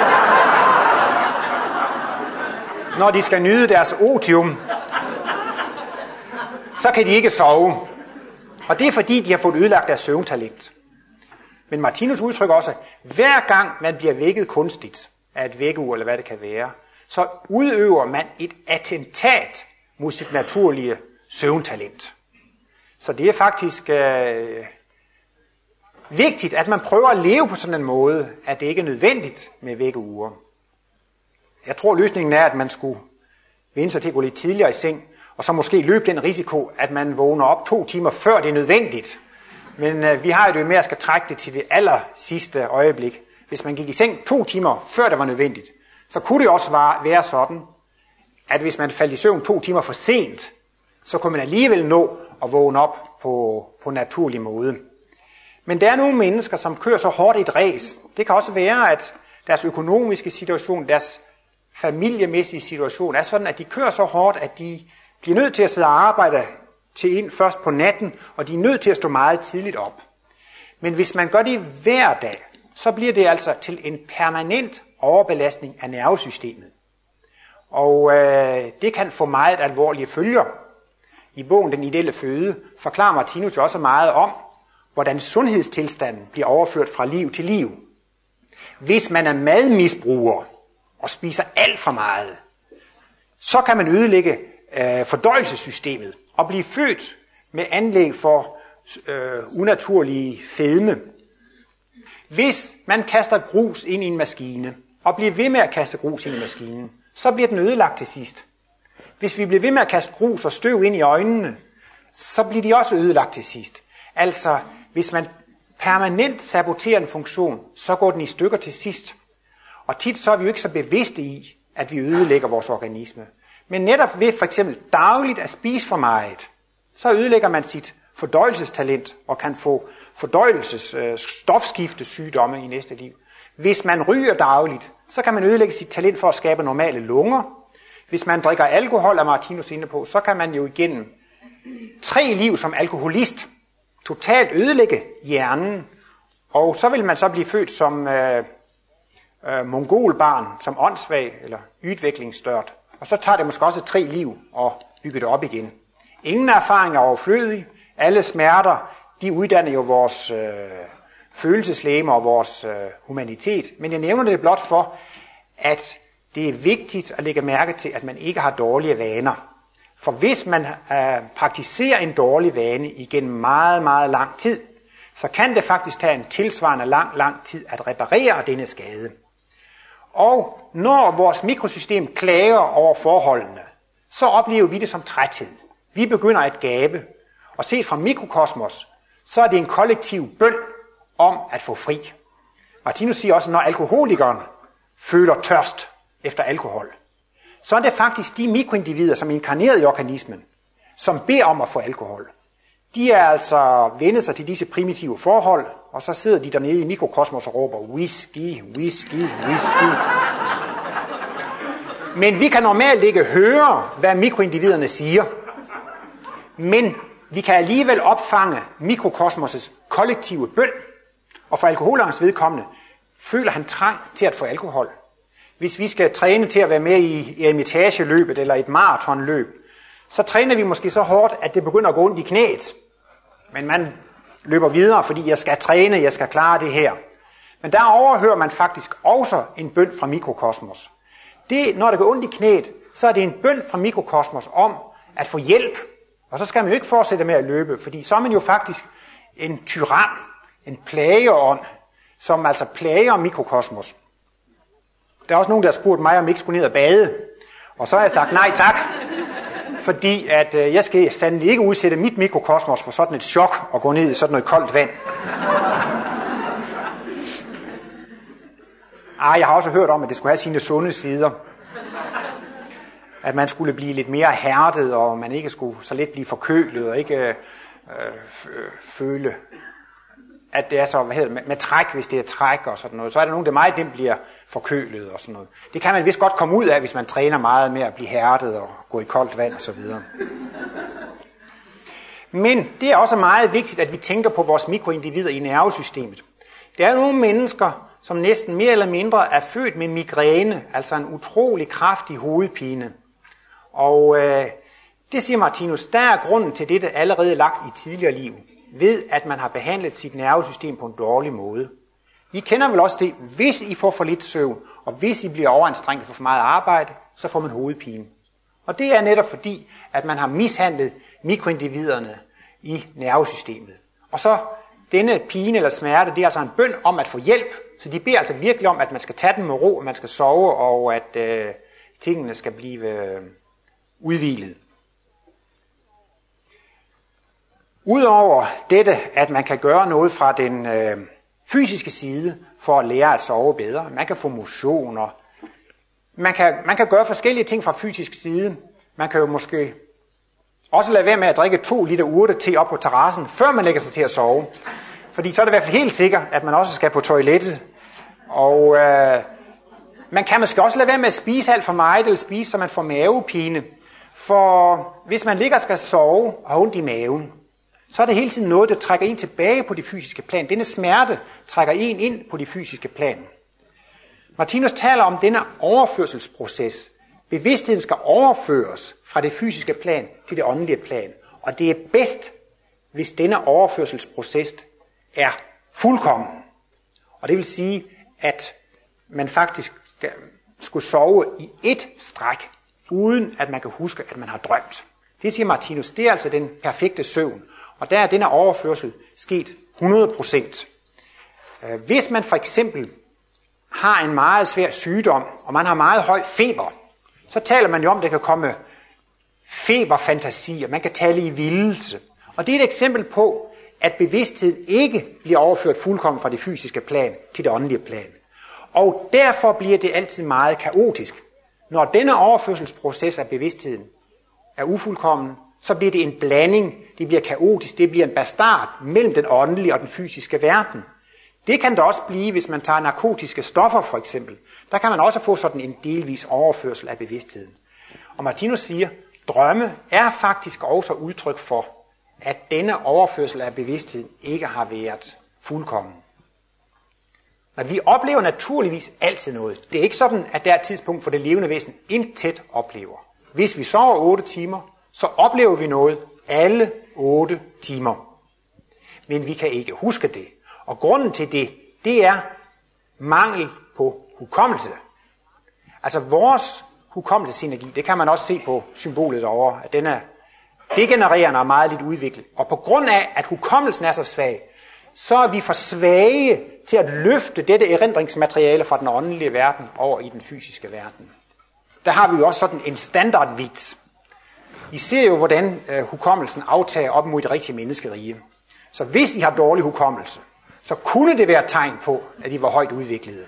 når de skal nyde deres otium, så kan de ikke sove. Og det er fordi, de har fået ødelagt deres søvntalent. Men Martinus udtrykker også, at hver gang man bliver vækket kunstigt af et vækkeur, eller hvad det kan være, så udøver man et attentat mod sit naturlige søvntalent. Så det er faktisk øh, vigtigt, at man prøver at leve på sådan en måde, at det ikke er nødvendigt med vækkeuger. Jeg tror, løsningen er, at man skulle vende sig til at gå lidt tidligere i seng, og så måske løbe den risiko, at man vågner op to timer før det er nødvendigt. Men øh, vi har jo det med at skal trække det til det aller sidste øjeblik. Hvis man gik i seng to timer før det var nødvendigt, så kunne det også være sådan, at hvis man faldt i søvn to timer for sent, så kunne man alligevel nå at vågne op på, på naturlig måde. Men der er nogle mennesker, som kører så hårdt i et ræs. Det kan også være, at deres økonomiske situation, deres familiemæssige situation er sådan, at de kører så hårdt, at de bliver nødt til at sidde og arbejde til ind først på natten, og de er nødt til at stå meget tidligt op. Men hvis man gør det hver dag, så bliver det altså til en permanent overbelastning af nervesystemet. Og øh, det kan få meget alvorlige følger. I bogen Den ideelle føde forklarer Martinus også meget om, hvordan sundhedstilstanden bliver overført fra liv til liv. Hvis man er madmisbruger og spiser alt for meget, så kan man ødelægge øh, fordøjelsessystemet og blive født med anlæg for øh, unaturlige fedme. Hvis man kaster grus ind i en maskine og bliver ved med at kaste grus ind i maskinen, så bliver den ødelagt til sidst. Hvis vi bliver ved med at kaste grus og støv ind i øjnene, så bliver de også ødelagt til sidst. Altså, hvis man permanent saboterer en funktion, så går den i stykker til sidst. Og tit så er vi jo ikke så bevidste i, at vi ødelægger vores organisme. Men netop ved for eksempel dagligt at spise for meget, så ødelægger man sit fordøjelsestalent og kan få fordøjelses øh, stofskiftesygdomme i næste liv. Hvis man ryger dagligt, så kan man ødelægge sit talent for at skabe normale lunger. Hvis man drikker alkohol, er Martinus inde på, så kan man jo igennem tre liv som alkoholist totalt ødelægge hjernen, og så vil man så blive født som øh, øh, mongolbarn, som åndssvag eller udviklingsstørt. Og så tager det måske også tre liv at bygge det op igen. Ingen erfaring er overflødig. Alle smerter, de uddanner jo vores øh, følelseslegeme og vores øh, humanitet. Men jeg nævner det blot for, at det er vigtigt at lægge mærke til, at man ikke har dårlige vaner. For hvis man øh, praktiserer en dårlig vane igennem meget, meget lang tid, så kan det faktisk tage en tilsvarende lang, lang tid at reparere denne skade. Og når vores mikrosystem klager over forholdene, så oplever vi det som træthed. Vi begynder at gabe, og set fra mikrokosmos, så er det en kollektiv bøn om at få fri. Martinus siger også, at når alkoholikeren føler tørst efter alkohol, så er det faktisk de mikroindivider, som er inkarneret i organismen, som beder om at få alkohol. De er altså vendt sig til disse primitive forhold, og så sidder de dernede i mikrokosmos og råber whisky, whisky, whisky. Men vi kan normalt ikke høre, hvad mikroindividerne siger. Men vi kan alligevel opfange mikrokosmos' kollektive bøn, og for alkoholernes vedkommende føler han trang til at få alkohol. Hvis vi skal træne til at være med i eremitageløbet eller et maratonløb, så træner vi måske så hårdt, at det begynder at gå ondt i knæet. Men man løber videre, fordi jeg skal træne, jeg skal klare det her. Men der overhører man faktisk også en bøn fra mikrokosmos. Det, når det går ondt i knæet, så er det en bøn fra mikrokosmos om at få hjælp. Og så skal man jo ikke fortsætte med at løbe, fordi så er man jo faktisk en tyran, en plageånd, som altså plager mikrokosmos. Der er også nogen, der har spurgt mig, om jeg ikke skulle ned og bade. Og så har jeg sagt nej tak, fordi at øh, jeg skal sandelig ikke udsætte mit mikrokosmos for sådan et chok og gå ned i sådan noget koldt vand. Ah, jeg har også hørt om, at det skulle have sine sunde sider. At man skulle blive lidt mere hærdet, og man ikke skulle så let blive forkølet og ikke øh, øh, føle, at det er så, hvad hedder det, med, med træk, hvis det er træk og sådan noget. Så er der nogen, der meget nemt bliver forkølet og sådan noget. Det kan man vist godt komme ud af, hvis man træner meget med at blive hærdet og gå i koldt vand og så videre. Men det er også meget vigtigt, at vi tænker på vores mikroindivider i nervesystemet. Der er nogle mennesker, som næsten mere eller mindre er født med migræne, altså en utrolig kraftig hovedpine. Og øh, det siger Martinus, der er grunden til dette allerede lagt i tidligere liv, ved at man har behandlet sit nervesystem på en dårlig måde. I kender vel også det, hvis I får for lidt søvn, og hvis I bliver overanstrengt for for meget arbejde, så får man hovedpine. Og det er netop fordi, at man har mishandlet mikroindividerne i nervesystemet. Og så denne pine eller smerte, det er altså en bøn om at få hjælp, så de beder altså virkelig om, at man skal tage den med ro, at man skal sove, og at øh, tingene skal blive øh, udhvilet. Udover dette, at man kan gøre noget fra den øh, fysiske side for at lære at sove bedre, man kan få motion, og man kan, man kan gøre forskellige ting fra fysisk side. Man kan jo måske også lade være med at drikke to liter urte-te op på terrassen, før man lægger sig til at sove. Fordi så er det i hvert fald helt sikkert, at man også skal på toilettet. Og øh, man kan måske også lade være med at spise alt for meget, eller spise, så man får mavepine. For hvis man ligger og skal sove og har ondt i maven, så er det hele tiden noget, der trækker en tilbage på det fysiske plan. Denne smerte trækker en ind på det fysiske plan. Martinus taler om denne overførselsproces. Bevidstheden skal overføres fra det fysiske plan til det åndelige plan. Og det er bedst, hvis denne overførselsproces er fuldkommen. Og det vil sige, at man faktisk skulle sove i ét stræk, uden at man kan huske, at man har drømt. Det siger Martinus, det er altså den perfekte søvn. Og der er denne overførsel sket hundrede procent. Hvis man for eksempel har en meget svær sygdom, og man har meget høj feber, så taler man jo om, at der kan komme feberfantasier, man kan tale i vildelse. Og det er et eksempel på, at bevidstheden ikke bliver overført fuldkommen fra det fysiske plan til det åndelige plan. Og derfor bliver det altid meget kaotisk. Når denne overførselsproces af bevidstheden er ufuldkommen, så bliver det en blanding, det bliver kaotisk, det bliver en bastard mellem den åndelige og den fysiske verden. Det kan der også blive, hvis man tager narkotiske stoffer for eksempel. Der kan man også få sådan en delvis overførsel af bevidstheden. Og Martinus siger, drømme er faktisk også udtryk for, at denne overførsel af bevidstheden ikke har været fuldkommen. Men vi oplever naturligvis altid noget. Det er ikke sådan, at der er et tidspunkt for det levende væsen intet oplever. Hvis vi sover otte timer, så oplever vi noget alle otte timer. Men vi kan ikke huske det. Og grunden til det, det er mangel på hukommelse. Altså vores hukommelsesenergi, det kan man også se på symbolet derovre, at den er degenererende og meget lidt udviklet. Og på grund af, at hukommelsen er så svag, så er vi for svage til at løfte dette erindringsmateriale fra den åndelige verden over i den fysiske verden. Der har vi jo også sådan en standardvits. I ser jo, hvordan øh, hukommelsen aftager op mod det rigtige menneskerige. Så hvis I har dårlig hukommelse, så kunne det være et tegn på, at I var højt udviklede.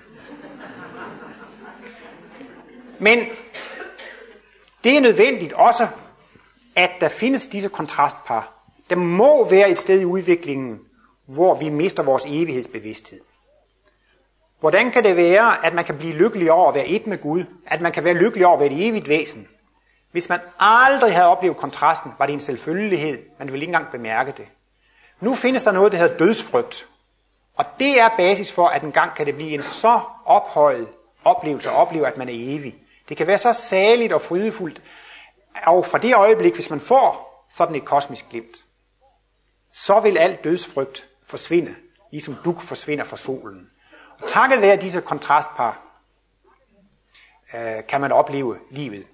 Men det er nødvendigt også at der findes disse kontrastpar. Der må være et sted i udviklingen, hvor vi mister vores evighedsbevidsthed. Hvordan kan det være, at man kan blive lykkelig over at være et med Gud? At man kan være lykkelig over at være et evigt væsen? Hvis man aldrig havde oplevet kontrasten, var det en selvfølgelighed. Man ville ikke engang bemærke det. Nu findes der noget, der hedder dødsfrygt. Og det er basis for, at en gang kan det blive en så ophøjet oplevelse at opleve, at man er evig. Det kan være så saligt og frydefuldt. Og fra det øjeblik, hvis man får sådan et kosmisk glimt, så vil alt dødsfrygt forsvinde, ligesom dug forsvinder fra solen. Og takket være disse kontrastpar, øh, kan man opleve livet.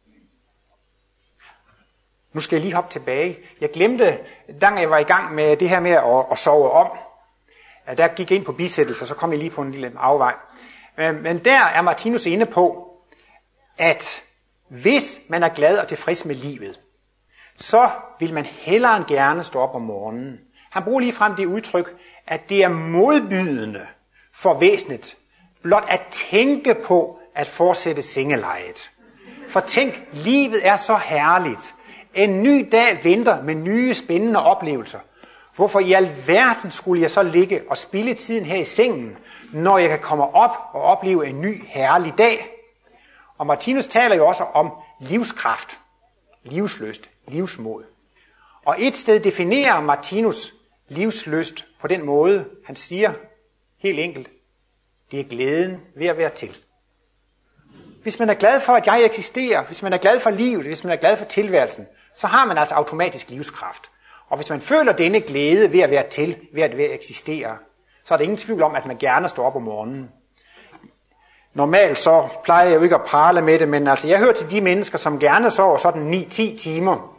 Nu skal jeg lige hoppe tilbage. Jeg glemte, da jeg var i gang med det her med at, at sove om, der gik jeg ind på bisættelser, så kom jeg lige på en lille afvej. Men der er Martinus inde på, at hvis man er glad og tilfreds med livet, så vil man hellere end gerne stå op om morgenen. Han bruger lige frem det udtryk, at det er modbydende for væsenet blot at tænke på at fortsætte sengelejet. For tænk, livet er så herligt. En ny dag venter med nye spændende oplevelser. Hvorfor i alverden skulle jeg så ligge og spilde tiden her i sengen, når jeg kan komme op og opleve en ny herlig dag? Og Martinus taler jo også om livskraft, livslyst, livsmod. Og et sted definerer Martinus livslyst på den måde, han siger helt enkelt, det er glæden ved at være til. Hvis man er glad for, at jeg eksisterer, hvis man er glad for livet, hvis man er glad for tilværelsen, så har man altså automatisk livskraft. Og hvis man føler denne glæde ved at være til, ved at, ved at eksistere, så er der ingen tvivl om, at man gerne står op om morgenen. Normalt så plejer jeg jo ikke at prale med det, men altså jeg hører til de mennesker, som gerne sover sådan ni til ti timer.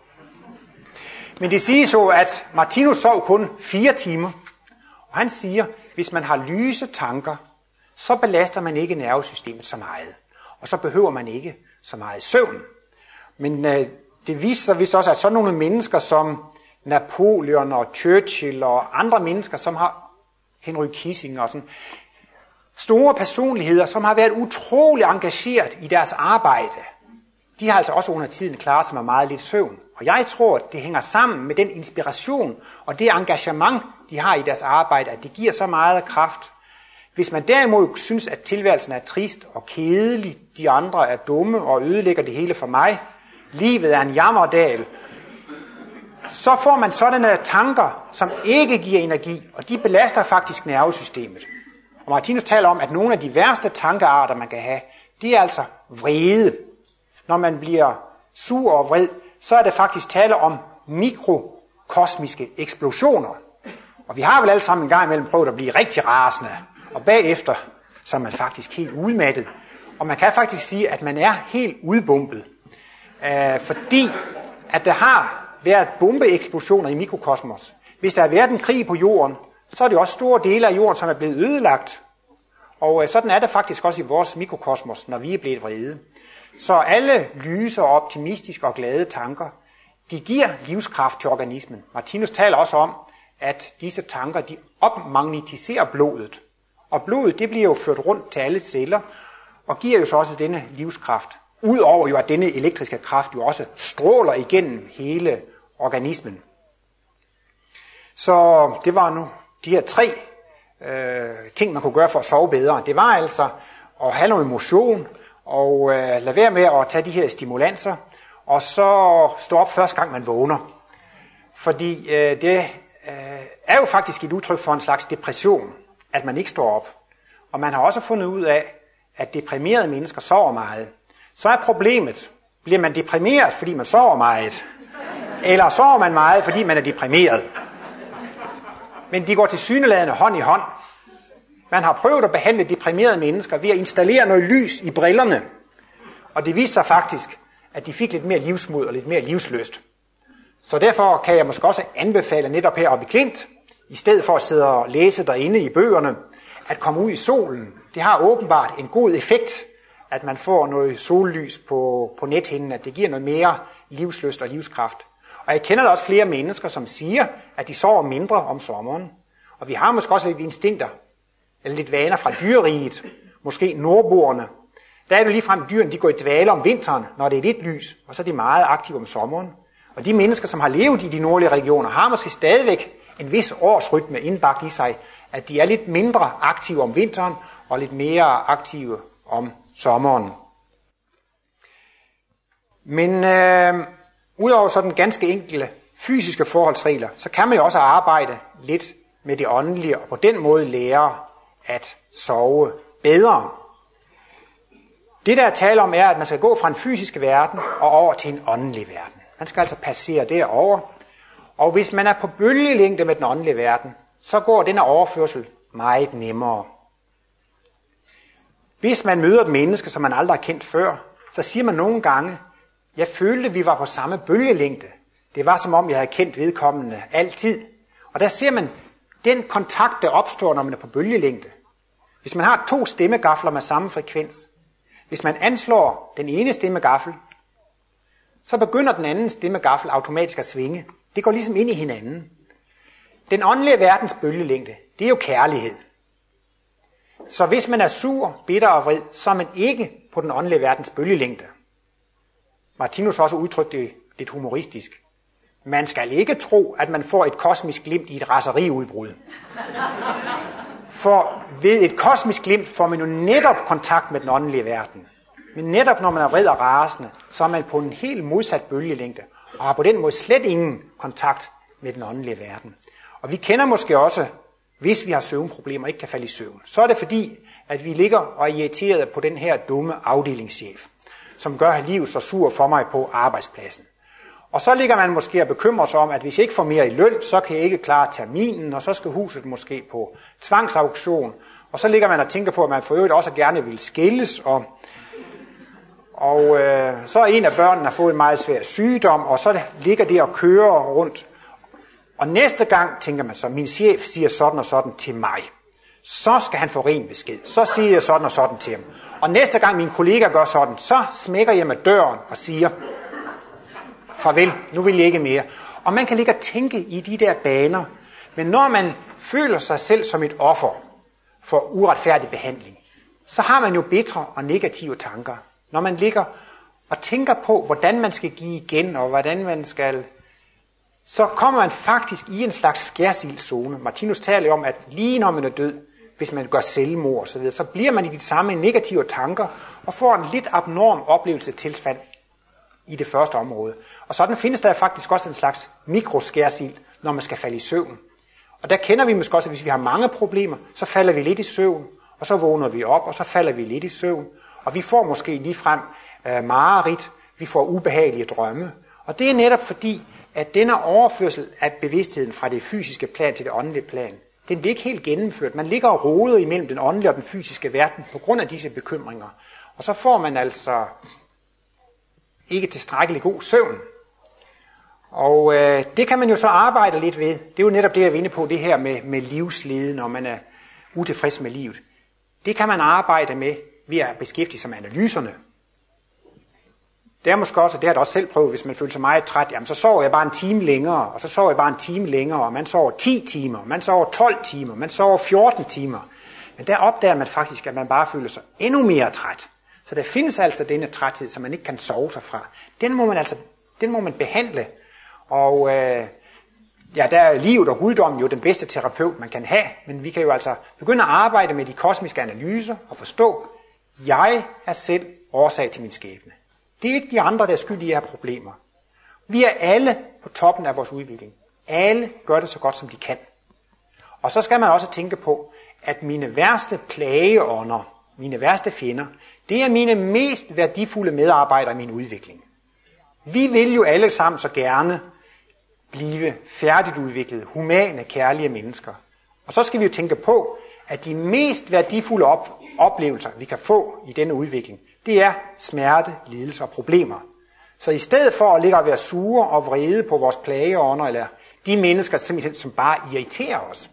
Men det siges så, at Martinus sov kun fire timer. Og han siger, hvis man har lyse tanker, så belaster man ikke nervesystemet så meget. Og så behøver man ikke så meget søvn. Men øh, det viser sig vist også, at sådan nogle mennesker som Napoleon og Churchill og andre mennesker, som har Henry Kissinger og sådan, store personligheder, som har været utrolig engageret i deres arbejde, de har altså også under tiden klaret sig med meget lidt søvn. Og jeg tror, at det hænger sammen med den inspiration og det engagement, de har i deres arbejde, at det giver så meget kraft. Hvis man derimod synes, at tilværelsen er trist og kedelig, de andre er dumme og ødelægger det hele for mig, livet er en jammerdal, så får man sådanne tanker, som ikke giver energi, og de belaster faktisk nervesystemet. Og Martinus taler om, at nogle af de værste tankearter, man kan have, det er altså vrede. Når man bliver sur og vred, så er det faktisk tale om mikrokosmiske eksplosioner. Og vi har vel alle sammen en gang imellem prøvet at blive rigtig rasende, og bagefter så er man faktisk helt udmattet. Og man kan faktisk sige, at man er helt udbumpet, øh, fordi at der har været bombeeksplosioner i mikrokosmos. Hvis der har været en krig på jorden, så er det også store dele af jorden, som er blevet ødelagt. Og øh, sådan er det faktisk også i vores mikrokosmos, når vi er blevet vrede. Så alle lyse og optimistiske og glade tanker, de giver livskraft til organismen. Martinus taler også om, at disse tanker, de opmagnetiserer blodet. Og blodet, det bliver jo ført rundt til alle celler, og giver jo så også denne livskraft. Udover jo, at denne elektriske kraft jo også stråler igennem hele organismen. Så det var nu de her tre øh, ting, man kunne gøre for at sove bedre. Det var altså at have noget motion, og øh, lade være med at tage de her stimulanser, og så stå op første gang, man vågner. Fordi øh, det øh, er jo faktisk et udtryk for en slags depression, at man ikke står op. Og man har også fundet ud af, at deprimerede mennesker sover meget. Så er problemet, bliver man deprimeret, fordi man sover meget? Eller sover man meget, fordi man er deprimeret? Men de går tilsyneladende hånd i hånd. Man har prøvet at behandle deprimerede mennesker ved at installere noget lys i brillerne. Og det viste sig faktisk, at de fik lidt mere livsmod og lidt mere livslyst. Så derfor kan jeg måske også anbefale netop heroppe i Klint, i stedet for at sidde og læse derinde i bøgerne, at komme ud i solen. Det har åbenbart en god effekt, at man får noget sollys på, på nethinden, at det giver noget mere livslyst og livskraft. Og jeg kender da også flere mennesker, som siger, at de sover mindre om sommeren. Og vi har måske også lidt instinkter, eller lidt vaner fra dyreriget, måske nordboerne. Der er det ligefrem, at dyrene de går i dvale om vinteren, når det er lidt lys, og så er de meget aktive om sommeren. Og de mennesker, som har levet i de nordlige regioner, har måske stadigvæk en vis årsrytme indbagt i sig, at de er lidt mindre aktive om vinteren og lidt mere aktive om sommeren. Men øh, udover sådan ganske enkle fysiske forholdsregler, så kan man jo også arbejde lidt med det åndelige og på den måde lære at sove bedre. Det der er tale om er, at man skal gå fra en fysisk verden og over til en åndelig verden. Man skal altså passere derover. Og hvis man er på bølgelængde med den åndelige verden, så går denne overførsel meget nemmere. Hvis man møder et menneske, som man aldrig har kendt før, så siger man nogle gange, jeg følte, at vi var på samme bølgelængde. Det var som om, jeg havde kendt vedkommende altid. Og der ser man den kontakt, der opstår, når man er på bølgelængde. Hvis man har to stemmegafler med samme frekvens, hvis man anslår den ene stemmegaffel, så begynder den anden stemmegaffel automatisk at svinge. Det går ligesom ind i hinanden. Den åndelige verdens bølgelængde, det er jo kærlighed. Så hvis man er sur, bitter og vred, så er man ikke på den åndelige verdens bølgelængde. Martinus også udtrykte det lidt humoristisk. Man skal ikke tro, at man får et kosmisk glimt i et raseriudbrud. For ved et kosmisk glimt får man jo netop kontakt med den åndelige verden. Men netop når man er vred og rasende, så er man på en helt modsat bølgelængde, og har på den måde slet ingen kontakt med den åndelige verden. Og vi kender måske også, hvis vi har søvnproblemer og ikke kan falde i søvn, så er det fordi, at vi ligger og er irriteret på den her dumme afdelingschef, som gør livet så sur for mig på arbejdspladsen. Og så ligger man måske og bekymrer sig om, at hvis jeg ikke får mere i løn, så kan jeg ikke klare terminen, og så skal huset måske på tvangsauktion. Og så ligger man og tænker på, at man for øvrigt også gerne vil skilles, og, og øh, så er en af børnene har fået en meget svær sygdom, og så ligger det og kører rundt. Og næste gang tænker man så, min chef siger sådan og sådan til mig. Så skal han få ren besked. Så siger jeg sådan og sådan til ham. Og næste gang min kollega gør sådan, så smækker jeg med døren og siger, farvel, nu vil jeg ikke mere. Og man kan ligge og tænke i de der baner. Men når man føler sig selv som et offer for uretfærdig behandling, så har man jo bitre og negative tanker. Når man ligger og tænker på, hvordan man skal give igen, og hvordan man skal, så kommer man faktisk i en slags skærsildzone. Martinus taler om, at lige når man er død, hvis man gør selvmord osv., så bliver man i de samme negative tanker, og får en lidt abnorm oplevelse tilfald i det første område. Og sådan findes der faktisk også en slags mikroskærsild, når man skal falde i søvn. Og der kender vi måske også, at hvis vi har mange problemer, så falder vi lidt i søvn, og så vågner vi op, og så falder vi lidt i søvn. Og vi får måske ligefrem øh, mareridt, vi får ubehagelige drømme. Og det er netop fordi, at denne overførsel af bevidstheden fra det fysiske plan til det åndelige plan, den bliver ikke helt gennemført. Man ligger og roder imellem den åndelige og den fysiske verden på grund af disse bekymringer. Og så får man altså ikke tilstrækkelig god søvn. Og øh, det kan man jo så arbejde lidt ved. Det er jo netop det, jeg er inde på, det her med, med livsleden, når man er utilfreds med livet. Det kan man arbejde med ved at beskæftige sig med analyserne. Det er måske også, og det har jeg også selv prøvet, hvis man føler sig meget træt, jamen så sover jeg bare en time længere, og så sover jeg bare en time længere, og man sover ti timer, man sover tolv timer, man sover fjorten timer. Men der opdager man faktisk, at man bare føler sig endnu mere træt. Så der findes altså denne træthed, som man ikke kan sove sig fra. Den må man altså, den må man behandle. Og øh, ja, der er livet og guddommen jo den bedste terapeut, man kan have, men vi kan jo altså begynde at arbejde med de kosmiske analyser og forstå, jeg er selv årsag til min skæbne. Det er ikke de andre, der er skyld i at have problemer. Vi er alle på toppen af vores udvikling. Alle gør det så godt, som de kan. Og så skal man også tænke på, at mine værste plageånder, mine værste fjender, det er mine mest værdifulde medarbejdere i min udvikling. Vi vil jo alle sammen så gerne blive færdigt udviklede, humane, kærlige mennesker. Og så skal vi jo tænke på, at de mest værdifulde op- oplevelser, vi kan få i denne udvikling, det er smerte, lidelse og problemer. Så i stedet for at ligge og være sure og vrede på vores plageånder, eller de mennesker, simpelthen, som bare irriterer os,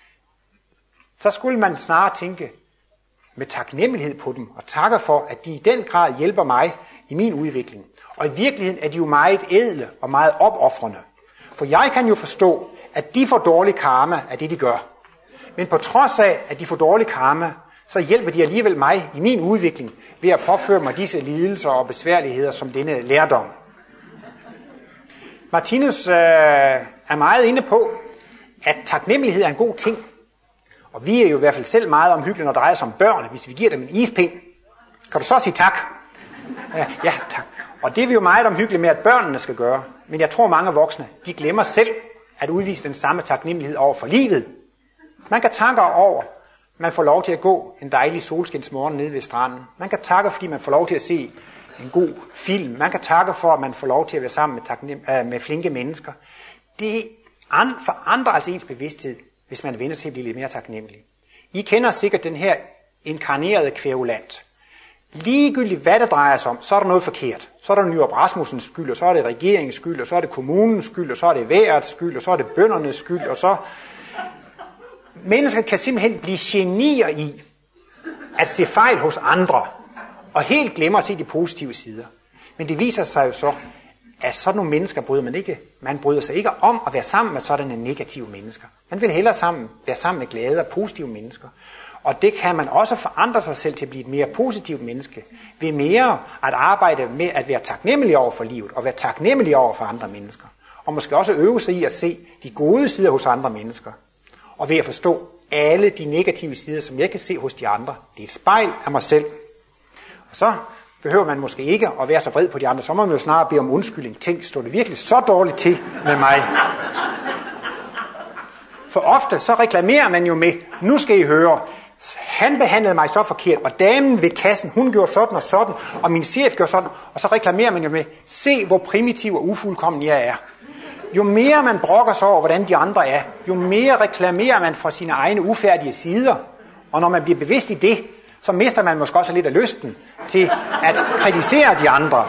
så skulle man snarere tænke med taknemmelighed på dem, og takke for, at de i den grad hjælper mig i min udvikling. Og i virkeligheden er de jo meget ædle og meget opoffrende. For jeg kan jo forstå, at de får dårlig karma af det, de gør. Men på trods af, at de får dårlig karma, så hjælper de alligevel mig i min udvikling ved at påføre mig disse lidelser og besværligheder som denne lærdom. Martinus øh, er meget inde på, at taknemmelighed er en god ting. Og vi er jo i hvert fald selv meget omhyggelige, når det drejer sig om børn. Hvis vi giver dem en ispind, kan du så sige tak? Ja, ja, tak. Og det er vi jo meget omhyggelige med, at børnene skal gøre. Men jeg tror, mange voksne, de glemmer selv at udvise den samme taknemmelighed over for livet. Man kan takke over, man får lov til at gå en dejlig solskinsmorgen nede ved stranden. Man kan takke, fordi man får lov til at se en god film. Man kan takke for, at man får lov til at være sammen med, taknem- øh, med flinke mennesker. Det forandrer altså ens bevidsthed, hvis man vender sig til at blive lidt mere taknemmelig. I kender sikkert den her inkarnerede kværulant. Ligegyldigt hvad det drejer sig om, så er der noget forkert. Så er der Nyrup Rasmussens skyld, og så er det regeringens skyld, og så er det kommunens skyld, og så er det vejrets skyld, og så er det bøndernes skyld, og så... Mennesker kan simpelthen blive genier i at se fejl hos andre, og helt glemmer at se de positive sider. Men det viser sig jo så, at sådan nogle mennesker bryder man ikke. Man bryder sig ikke om at være sammen med sådanne negative mennesker. Man vil hellere sammen, være sammen med glade og positive mennesker. Og det kan man også forandre sig selv til at blive et mere positivt menneske, ved mere at arbejde med at være taknemmelig over for livet, og være taknemmelig over for andre mennesker. Og måske også øve sig i at se de gode sider hos andre mennesker. Og ved at forstå alle de negative sider, som jeg kan se hos de andre. Det er et spejl af mig selv. Og så behøver man måske ikke at være så vred på de andre. Så må man jo snart bede om undskyldning. Tænk, stod det virkelig så dårligt til med mig? For ofte så reklamerer man jo med, nu skal I høre, han behandlede mig så forkert, og damen ved kassen, hun gjorde sådan og sådan, og min chef gjorde sådan, og så reklamerer man jo med, se hvor primitiv og ufuldkommen jeg er. Jo mere man brokker sig over, hvordan de andre er, jo mere reklamerer man for sine egne ufærdige sider. Og når man bliver bevidst i det, så mister man måske også lidt af lysten til at kritisere de andre.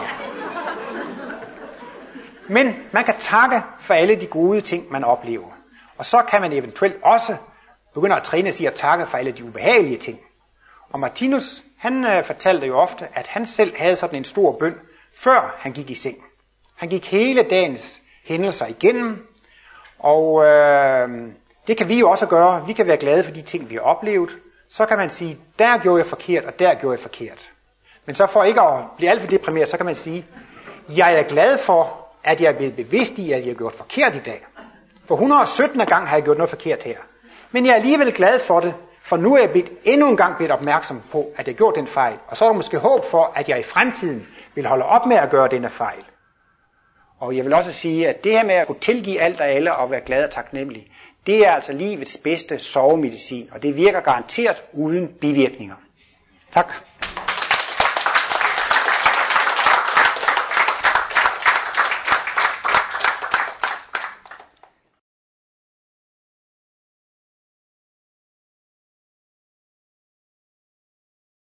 Men man kan takke for alle de gode ting, man oplever. Og så kan man eventuelt også begynde at træne sig at takke for alle de ubehagelige ting. Og Martinus, han øh, fortalte jo ofte, at han selv havde sådan en stor bøn, før han gik i seng. Han gik hele dagens hændelser igennem, og øh, det kan vi jo også gøre. Vi kan være glade for de ting, vi har oplevet. Så kan man sige, der gjorde jeg forkert, og der gjorde jeg forkert. Men så for ikke at blive alt for deprimeret, så kan man sige, jeg er glad for, at jeg er blevet bevidst i, at jeg har gjort forkert i dag. For et hundrede og sytten gang har jeg gjort noget forkert her. Men jeg er alligevel glad for det, for nu er jeg blevet endnu en gang blevet opmærksom på, at jeg har gjort den fejl. Og så er der måske håb for, at jeg i fremtiden vil holde op med at gøre denne fejl. Og jeg vil også sige, at det her med at kunne tilgive alt og alle og være glad og taknemmelig, det er altså livets bedste sovemedicin, og det virker garanteret uden bivirkninger. Tak.